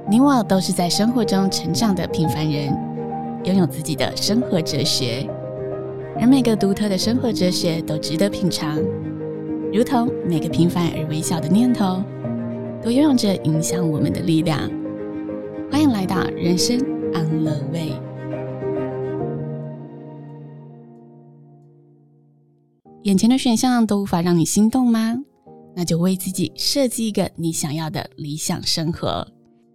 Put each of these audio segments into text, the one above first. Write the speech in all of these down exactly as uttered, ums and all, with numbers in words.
你我都是在生活中成长的平凡人，拥有自己的生活哲学，而每个独特的生活哲学都值得品尝，如同每个平凡而微小的念头，都拥有着影响我们的力量。欢迎来到人生 On the Way。 眼前的选项都无法让你心动吗？那就为自己设计一个你想要的理想生活。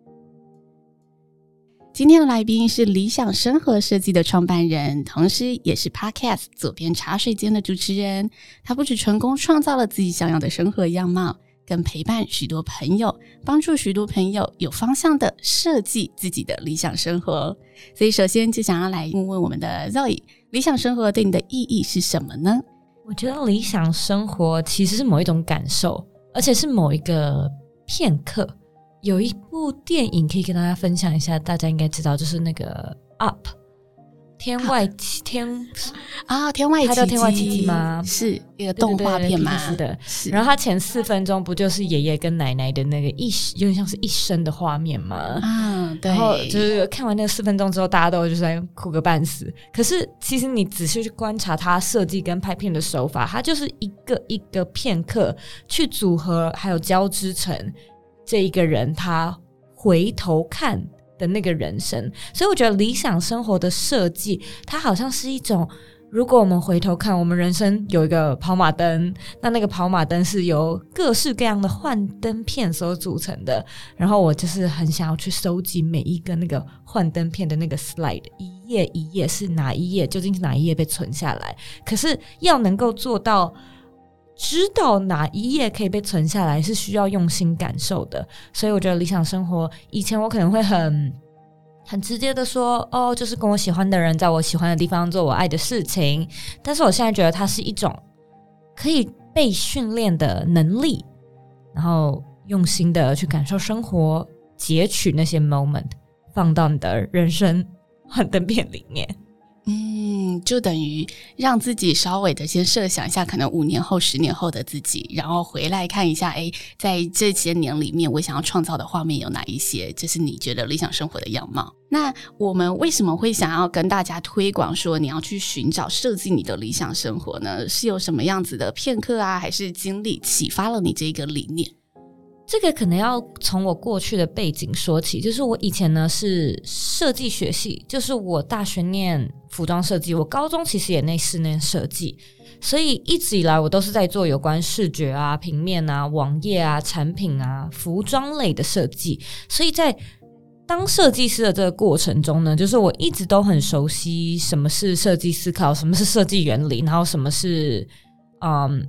今天的来宾是理想生活设计的创办人，同时也是 Podcast 左边茶水间的主持人。他不只成功创造了自己想要的生活样貌，更陪伴许多朋友，帮助许多朋友有方向的设计自己的理想生活。所以首先就想要来问问我们的 Zoe， 理想生活对你的意义是什么呢？ 我觉得理想生活其实是某一种感受，而且是某一个片刻。有一部电影可以跟大家分享一下，大家应该知道，就是那个 Up 天外奇天啊，天外奇迹， 它叫天外奇迹吗？ 是一个动画片嘛？ 是的。然后它前四分钟不就是爷爷跟奶奶的那个一有点像是一生的画面吗？ 啊，对。 然后就是看完那个四分钟之后，大家都就是在哭个半死。可是其实你仔细去观察它设计跟拍片的手法，它就是一个一个片刻去组合，还有交织成这一个人他回头看的那个人生。所以我觉得理想生活的设计，它好像是一种，如果我们回头看，我们人生有一个跑马灯，那那个跑马灯是由各式各样的幻灯片所组成的。然后我就是很想要去收集每一个那个幻灯片的那个 slide， 一页一页是哪一页，究竟是哪一页被存下来。可是要能够做到知道哪一页可以被存下来，是需要用心感受的。所以我觉得理想生活，以前我可能会很很直接的说，哦，就是跟我喜欢的人在我喜欢的地方做我爱的事情。但是我现在觉得它是一种可以被训练的能力，然后用心的去感受生活，截取那些 moment 放到你的人生幻灯片里面。 嗯，就等于让自己稍微的先设想一下可能五年后十年后的自己，然后回来看一下，诶，在这些年里面我想要创造的画面有哪一些，这是你觉得理想生活的样貌。那我们为什么会想要跟大家推广说你要去寻找设计你的理想生活呢？是有什么样子的片刻啊，还是经历启发了你这个理念？ 这个可能要从我过去的背景说起，就是我以前呢是设计学系，就是我大学念服装设计，我高中其实也内室内设计，所以一直以来我都是在做有关视觉啊、平面啊、网页啊、产品啊、服装类的设计。所以在当设计师的这个过程中呢，就是我一直都很熟悉什么是设计思考，什么是设计原理，然后什么是嗯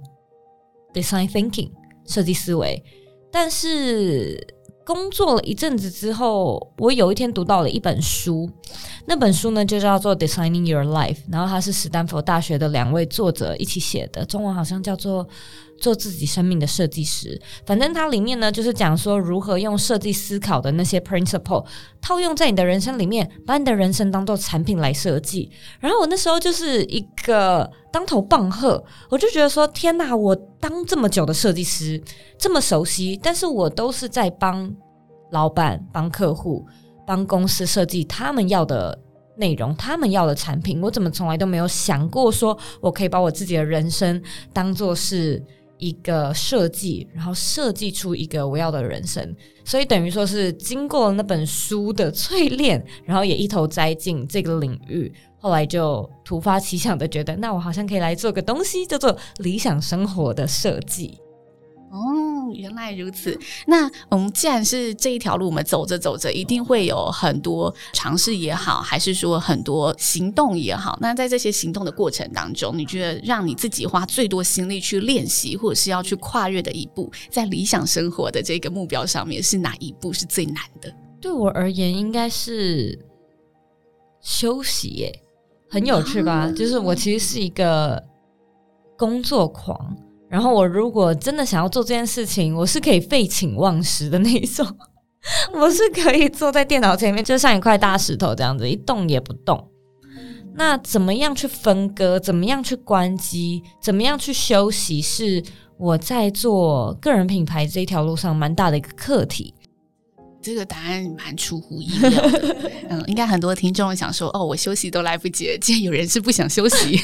design thinking 设计思维。但是工作了一阵子之后，我有一天读到了一本书，那本书呢就叫做 Designing Your Life， 然后它是史丹佛大学的两位作者一起写的，中文好像叫做做自己生命的设计师。反正它里面呢就是讲说如何用设计思考的那些 principle 套用在你的人生里面，把你的人生当做产品来设计。然后我那时候就是一个当头棒喝，我就觉得说天哪，我当这么久的设计师这么熟悉，但是我都是在帮老板、帮客户、帮公司设计他们要的内容，他们要的产品，我怎么从来都没有想过说我可以把我自己的人生当作是一个设计，然后设计出一个我要的人生。所以等于说是经过了那本书的淬炼，然后也一头栽进这个领域，后来就突发奇想的觉得，那我好像可以来做个东西叫做理想生活的设计。 哦，原来如此。那我们既然是这一条路，我们走着走着一定会有很多尝试也好，还是说很多行动也好，那在这些行动的过程当中，你觉得让你自己花最多心力去练习或者是要去跨越的一步，在理想生活的这个目标上面是哪一步是最难的？ 对我而言应该是休息耶，很有趣吧、啊、就是我其实是一个工作狂，然后我如果真的想要做这件事情，我是可以废寝忘食的那一种我是可以坐在电脑前面就像一块大石头这样子一动也不动。那怎么样去分割，怎么样去关机，怎么样去休息，是我在做个人品牌这条路上蛮大的一个课题。 这个答案蛮出乎意料的。嗯，应该很多听众想说，哦，我休息都来不及了，竟然有人是不想休息。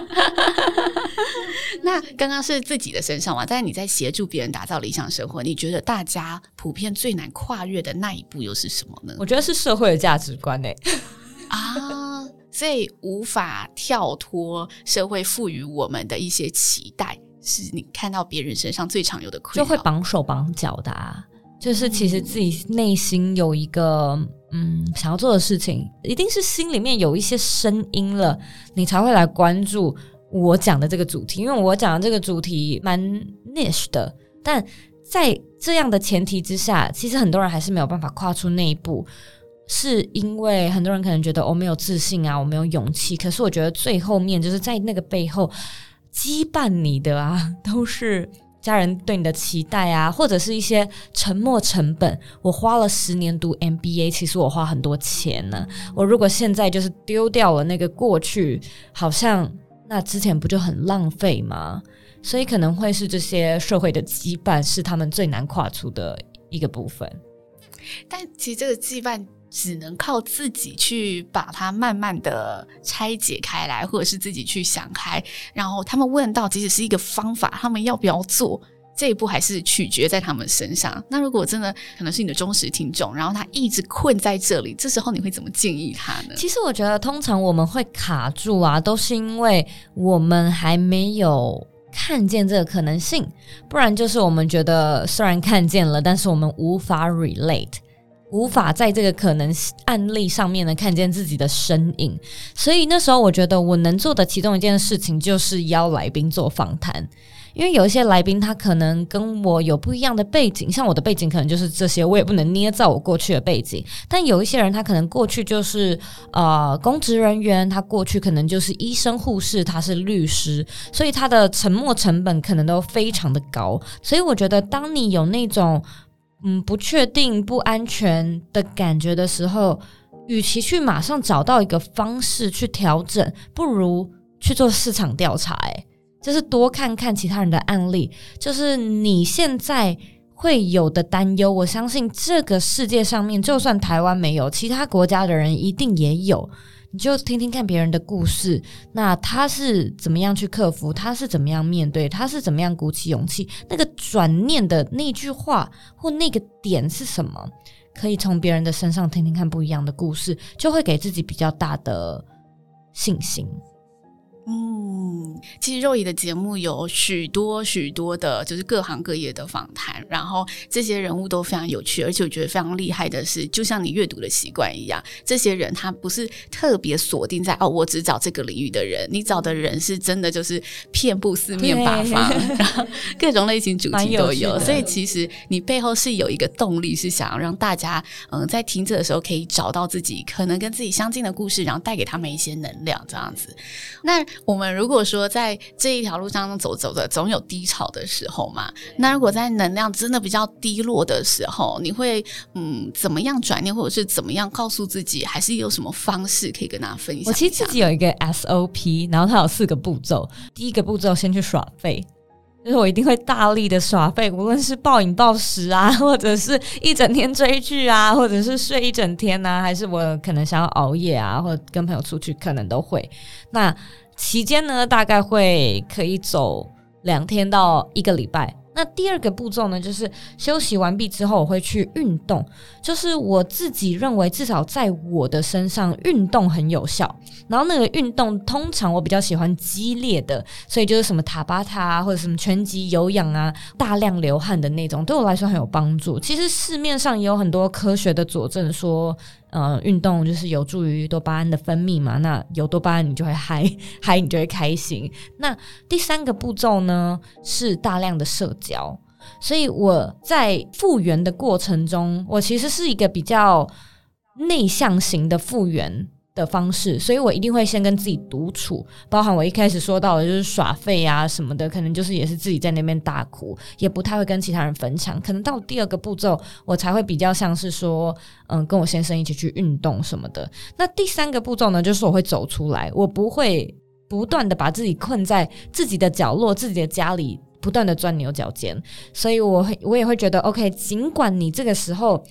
那刚刚是自己的身上嘛，但是你在协助别人打造理想生活，你觉得大家普遍最难跨越的那一步又是什么呢？ 我觉得是社会的价值观欸。 啊，所以无法跳脱社会赋予我们的一些期待，是你看到别人身上最常有的困扰， 就会绑手绑脚的啊。就是其实自己内心有一个嗯想要做的事情，一定是心里面有一些声音了，你才会来关注我讲的这个主题。因为我讲的这个主题蛮 niche 的，但在这样的前提之下，其实很多人还是没有办法跨出那一步，是因为很多人可能觉得我、哦、没有自信啊，我没有勇气。可是我觉得最后面就是在那个背后羁绊你的啊，都是家人对你的期待啊，或者是一些沉没成本。我花了十年读 M B A， 其实我花很多钱呢。我如果现在就是丢掉了那个过去，好像那之前不就很浪费吗？所以可能会是这些社会的羁绊是他们最难跨出的一个部分。 但其实这个羁绊只能靠自己去把它慢慢的拆解开来，或者是自己去想开，然后他们问到即使是一个方法，他们要不要做，这一步还是取决在他们身上。那如果真的可能是你的忠实听众，然后他一直困在这里，这时候你会怎么建议他呢？ 其实我觉得通常我们会卡住啊，都是因为我们还没有看见这个可能性，不然就是我们觉得虽然看见了，但是我们无法 relate，无法在这个可能案例上面呢看见自己的身影。所以那时候我觉得我能做的其中一件事情就是邀来宾做访谈。因为有一些来宾他可能跟我有不一样的背景，像我的背景可能就是这些，我也不能捏造我过去的背景。但有一些人他可能过去就是呃公职人员，他过去可能就是医生护士，他是律师，所以他的沉没成本可能都非常的高。所以我觉得当你有那种嗯不确定不安全的感觉的时候，与其去马上找到一个方式去调整，不如去做市场调查。欸就是多看看其他人的案例，就是你现在会有的担忧，我相信这个世界上面就算台湾没有，其他国家的人一定也有。你就听听看别人的故事，那他是怎么样去克服，他是怎么样面对，他是怎么样鼓起勇气，那个转念的那句话或那个点是什么，可以从别人的身上听听看不一样的故事，就会给自己比较大的信心。 嗯，其实肉姨的节目有许多许多的就是各行各业的访谈，然后这些人物都非常有趣，而且我觉得非常厉害的是，就像你阅读的习惯一样，这些人他不是特别锁定在哦我只找这个领域的人，你找的人是真的就是遍布四面八方，然后各种类型主题都有，所以其实你背后是有一个动力，是想要让大家嗯在听着的时候可以找到自己可能跟自己相近的故事，然后带给他们一些能量这样子。那我们如果说在这一条路上走走的总有低潮的时候嘛，那如果在能量真的比较低落的时候，你会嗯怎么样转念，或者是怎么样告诉自己，还是有什么方式可以跟大家分享一下？ 我其实自己有一个 S O P， 然后它有四个步骤。第一个步骤先去耍废，就是我一定会大力的耍废，无论是暴饮暴食啊，或者是一整天追剧啊，或者是睡一整天啊，还是我可能想要熬夜啊，或者跟朋友出去可能都会。那期间呢大概会可以走两天到一个礼拜。那第二个步骤呢，就是休息完毕之后我会去运动，就是我自己认为至少在我的身上运动很有效，然后那个运动通常我比较喜欢激烈的，所以就是什么塔巴塔啊，或者什么拳击有氧啊，大量流汗的那种，对我来说很有帮助。其实市面上也有很多科学的佐证说呃，运动就是有助于多巴胺的分泌嘛，那有多巴胺你就会嗨嗨，你就会开心。那第三个步骤呢是大量的社交，所以我在复原的过程中，我其实是一个比较内向型的复原的方式，所以我一定会先跟自己独处，包含我一开始说到的就是耍废啊什么的，可能就是也是自己在那边大哭，也不太会跟其他人分享。可能到第二个步骤我才会比较像是说嗯，跟我先生一起去运动什么的。那第三个步骤呢，就是我会走出来，我不会不断的把自己困在自己的角落，自己的家里不断的钻牛角尖。所以我会我也会觉得 OK， 尽管你这个时候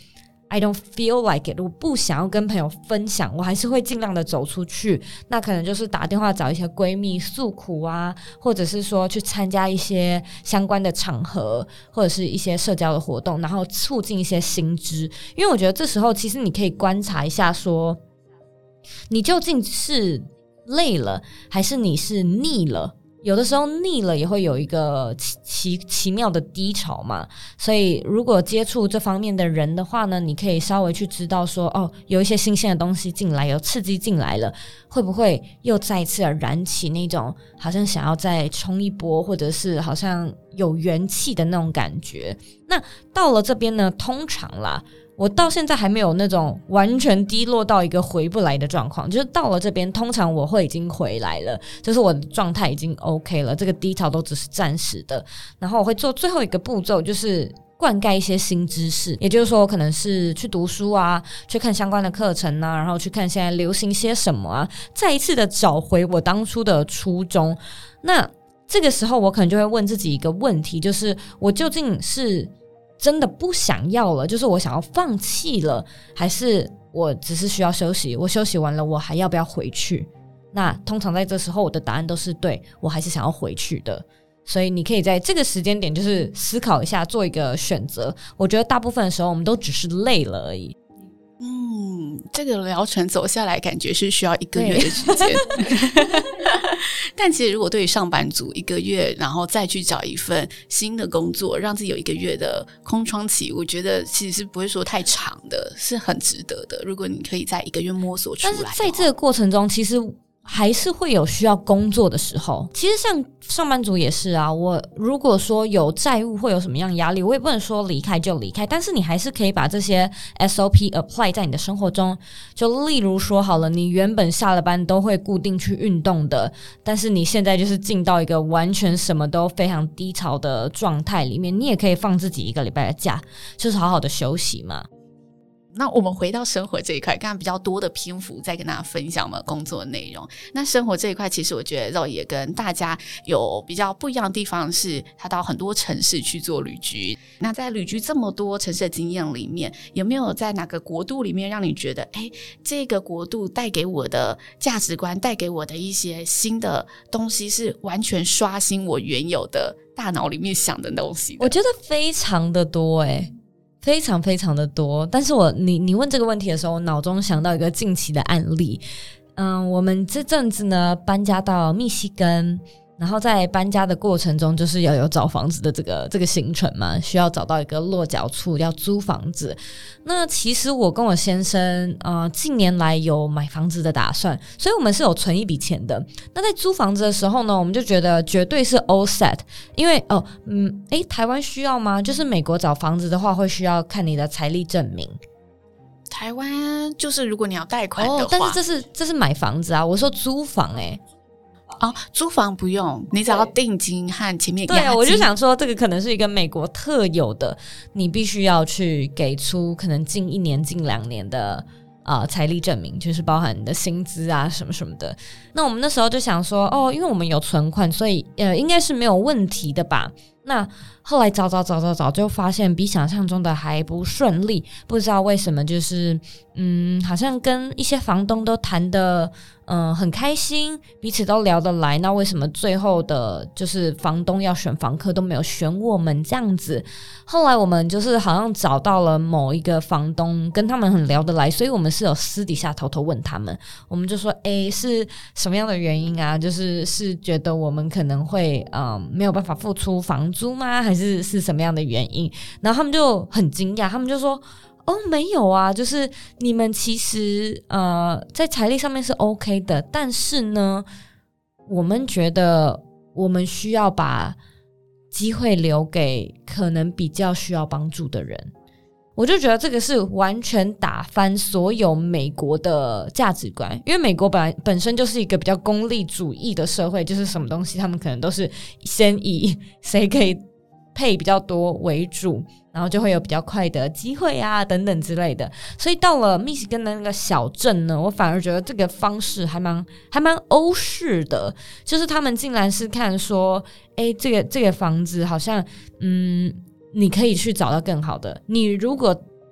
I don't feel like it， 我不想要跟朋友分享，我还是会尽量的走出去，那可能就是打电话找一些闺蜜诉苦啊，或者是说去参加一些相关的场合，或者是一些社交的活动，然后促进一些新知。因为我觉得这时候其实你可以观察一下说，你究竟是累了还是你是腻了，有的时候腻了也会有一个奇奇妙的低潮嘛，所以如果接触这方面的人的话呢，你可以稍微去知道说，哦，有一些新鲜的东西进来，有刺激进来了，会不会又再一次的燃起那种好像想要再冲一波，或者是好像有元气的那种感觉。那到了这边呢，通常啦，我到现在还没有那种完全低落到一个回不来的状况，就是到了这边通常我会已经回来了，就是我的状态已经 OK 了，这个低潮都只是暂时的。然后我会做最后一个步骤，就是灌溉一些新知识，也就是说可能是去读书啊，去看相关的课程啊，然后去看现在流行些什么啊，再一次的找回我当初的初衷。那这个时候我可能就会问自己一个问题，就是我究竟是真的不想要了，就是我想要放弃了，还是我只是需要休息，我休息完了我还要不要回去？那通常在这时候我的答案都是对，我还是想要回去的。所以你可以在这个时间点就是思考一下，做一个选择。我觉得大部分的时候我们都只是累了而已。 嗯，这个疗程走下来感觉是需要一个月的时间但其实如果对于上班族一个月然后再去找一份新的工作，让自己有一个月的空窗期，我觉得其实是不会说太长的，是很值得的。如果你可以在一个月摸索出来， 但是在这个过程中其实还是会有需要工作的时候。其实像上班族也是啊，我如果说有债务会有什么样压力，我也不能说离开就离开，但是你还是可以把这些 S O P apply 在你的生活中。就例如说好了，你原本下了班都会固定去运动的，但是你现在就是进到一个完全什么都非常低潮的状态里面，你也可以放自己一个礼拜的假，就是好好的休息嘛。 那我们回到生活这一块，刚刚比较多的篇幅在跟大家分享我们工作的内容。那生活这一块，其实我觉得肉也跟大家有比较不一样的地方是，他到很多城市去做旅居。那在旅居这么多城市的经验里面，有没有在哪个国度里面让你觉得，哎，这个国度带给我的价值观，带给我的一些新的东西，是完全刷新我原有的大脑里面想的东西的？ 我觉得非常的多诶、欸非常非常的多。但是我你你问这个问题的时候，我脑中想到一个近期的案例。嗯，我们这阵子呢搬家到密西根，然后在搬家的过程中就是要有找房子的这个这个行程嘛，需要找到一个落脚处，要租房子。那其实我跟我先生呃近年来有买房子的打算，所以我们是有存一笔钱的。那在租房子的时候呢，我们就觉得绝对是 all set， 因为哦嗯诶台湾需要吗？就是美国找房子的话会需要看你的财力证明。 台湾就是如果你要贷款的话， 哦，但是这是这是买房子啊，我说租房诶、欸哦，租房不用，你只要定金和前面押金。 对，我就想说这个可能是一个美国特有的，你必须要去给出可能近一年近两年的呃财力证明，就是包含你的薪资啊什么什么的。那我们那时候就想说，哦，因为我们有存款，所以呃应该是没有问题的吧。那后来找找找找找，就发现比想象中的还不顺利，不知道为什么，就是嗯，好像跟一些房东都谈的嗯很开心，彼此都聊得来，那为什么最后的就是房东要选房客都没有选我们这样子？后来我们就是好像找到了某一个房东，跟他们很聊得来，所以我们是有私底下偷偷问他们，我们就说，诶，是什么样的原因啊？就是是觉得我们可能会嗯没有办法付出房租吗？还是是什么样的原因？然后他们就很惊讶，他们就说，哦，没有啊，就是你们其实呃在财力上面是 OK 的，但是呢，我们觉得我们需要把机会留给可能比较需要帮助的人。我就觉得这个是完全打翻所有美国的价值观，因为美国本来本身就是一个比较功利主义的社会，就是什么东西他们可能都是先以谁可以配比较多为主，然后就会有比较快的机会啊等等之类的。所以到了密西根的那个小镇呢，我反而觉得这个方式还蛮还蛮欧式的，就是他们竟然是看说，诶，这个这个房子好像嗯你可以去找到更好的，你如果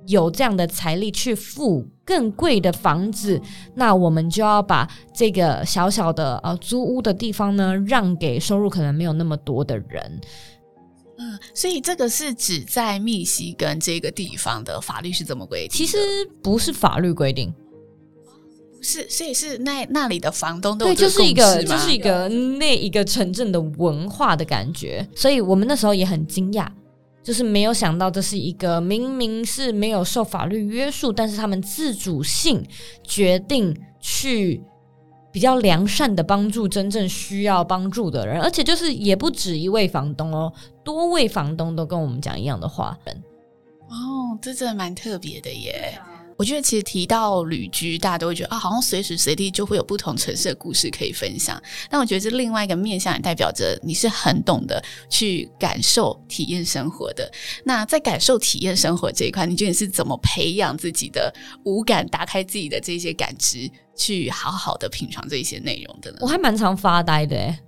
有这样的财力去付更贵的房子，那我们就要把这个小小的呃租屋的地方呢让给收入可能没有那么多的人。 嗯，所以这个是指在密西根这个地方的法律是怎么规定的？ 其实不是法律规定， 是，所以是那那里的房东都有对， 这个共识吗？ 就是一个就是一个那一个城镇的文化的感觉，所以我们那时候也很惊讶，就是没有想到这是一个明明是没有受法律约束，但是他们自主性决定去比较良善的帮助真正需要帮助的人，而且就是也不止一位房东哦，多位房东都跟我们讲一样的话。 哦，这真的蛮特别的耶。我觉得其实提到旅居，大家都会觉得啊，好像随时随地就会有不同城市的故事可以分享。但我觉得这另外一个面向也代表着你是很懂得去感受、体验生活的。那在感受、体验生活这一块，你觉得你是怎么培养自己的五感，打开自己的这些感知，去好好的品尝这些内容的呢？ 我还蛮常发呆的耶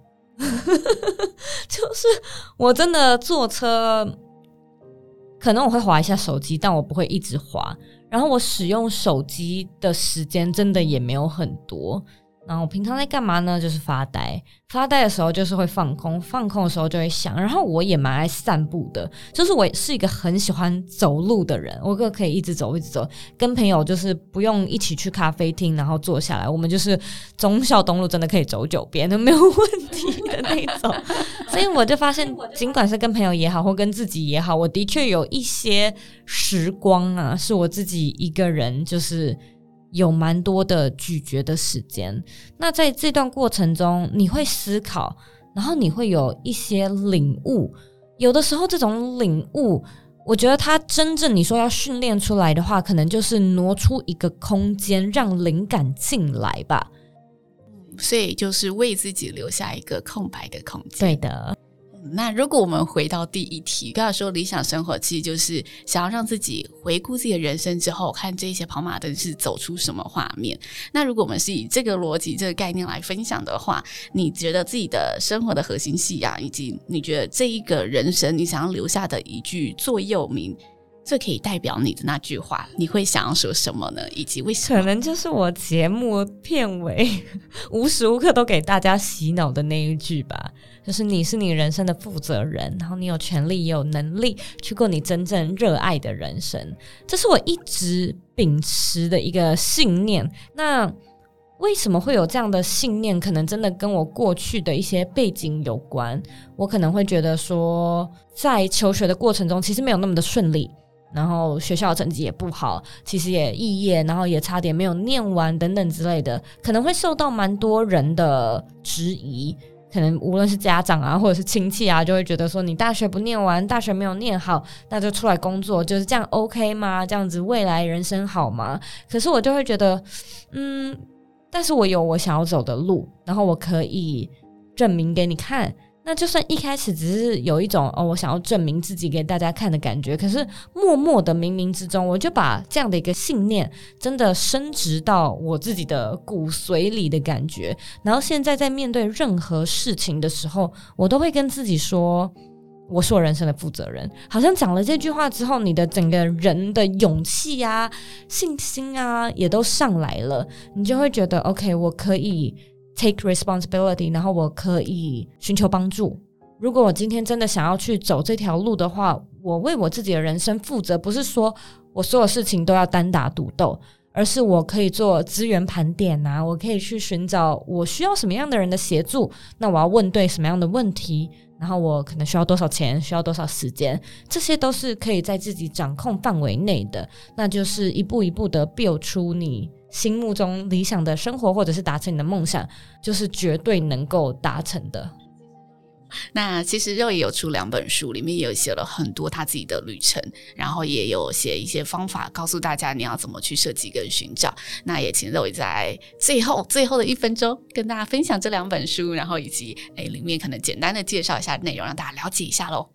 就是我真的坐车，可能我会滑一下手机，但我不会一直滑。然后我使用手机的时间真的也没有很多，然后我平常在干嘛呢？就是发呆，发呆的时候就是会放空，放空的时候就会想。然后我也蛮爱散步的，就是我是一个很喜欢走路的人，我可以一直走一直走，跟朋友就是不用一起去咖啡厅然后坐下来，我们就是忠孝东路真的可以走九遍都没有问题的那种。所以我就发现尽管是跟朋友也好或跟自己也好，我的确有一些时光啊是我自己一个人就是有蛮多的咀嚼的时间。那在这段过程中你会思考，然后你会有一些领悟，有的时候这种领悟我觉得它真正你说要训练出来的话，可能就是挪出一个空间让灵感进来吧。 所以就是为自己留下一个空白的空间。 对的。 那如果我们回到第一题，刚才说理想生活其实就是想要让自己回顾自己的人生之后，看这些跑马灯是走出什么画面。那如果我们是以这个逻辑这个概念来分享的话，你觉得自己的生活的核心信仰，以及你觉得这一个人生你想要留下的一句座右铭，最可以代表你的那句话，你会想要说什么呢？以及为什么？ 可能就是我节目片尾无时无刻都给大家洗脑的那一句吧，就是你是你人生的负责人，然后你有权利也有能力去过你真正热爱的人生，这是我一直秉持的一个信念。那为什么会有这样的信念？可能真的跟我过去的一些背景有关。我可能会觉得说，在求学的过程中其实没有那么的顺利，然后学校成绩也不好，其实也肄业，然后也差点没有念完等等之类的，可能会受到蛮多人的质疑。可能无论是家长啊或者是亲戚啊，就会觉得说你大学不念完，大学没有念好，那就出来工作，就是这样 OK 吗？这样子未来人生好吗？可是我就会觉得嗯，但是我有我想要走的路，然后我可以证明给你看。那就算一开始只是有一种哦，我想要证明自己给大家看的感觉，可是默默的冥冥之中，我就把这样的一个信念真的升值到我自己的骨髓里的感觉。然后现在在面对任何事情的时候，我都会跟自己说，我是我人生的负责人。好像讲了这句话之后，你的整个人的勇气啊、信心啊也都上来了，你就会觉得 OK， 我可以take responsibility， 然后我可以寻求帮助。如果我今天真的想要去走这条路的话，我为我自己的人生负责，不是说我所有事情都要单打独斗，而是我可以做资源盘点啊，我可以去寻找我需要什么样的人的协助，那我要问对什么样的问题，然后我可能需要多少钱，需要多少时间，这些都是可以在自己掌控范围内的，那就是一步一步的 build 出你心目中理想的生活，或者是达成你的梦想，就是绝对能够达成的。 那其实肉也有出两本书，里面也有写了很多他自己的旅程，然后也有写一些方法告诉大家你要怎么去设计跟寻找。那也请肉也在最后最后的一分钟跟大家分享这两本书，然后以及诶里面可能简单的介绍一下内容，让大家了解一下咯。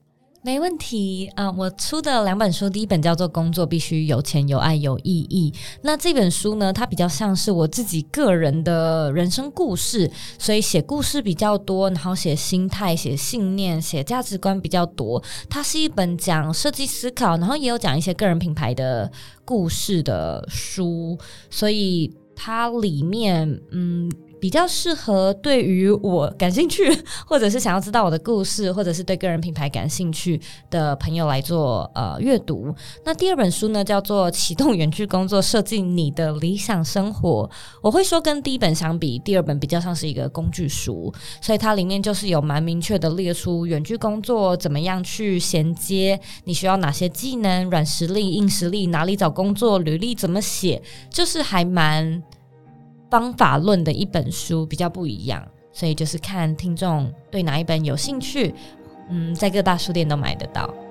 没问题啊、呃！我出的两本书，第一本叫做《工作必须有钱、有爱、有意义》。那这本书呢，它比较像是我自己个人的人生故事，所以写故事比较多，然后写心态、写信念、写价值观比较多。它是一本讲设计思考，然后也有讲一些个人品牌的故事的书，所以它里面嗯。比较适合对于我感兴趣，或者是想要知道我的故事，或者是对个人品牌感兴趣的朋友来做呃阅读。那第二本书呢，叫做《启动远距工作，设计你的理想生活》。我会说跟第一本相比，第二本比较像是一个工具书，所以它里面就是有蛮明确的列出远距工作怎么样去衔接，你需要哪些技能、软实力、硬实力，哪里找工作，履历怎么写，就是还蛮方法论的一本书，比较不一样，所以就是看听众对哪一本有兴趣，嗯，在各大书店都买得到。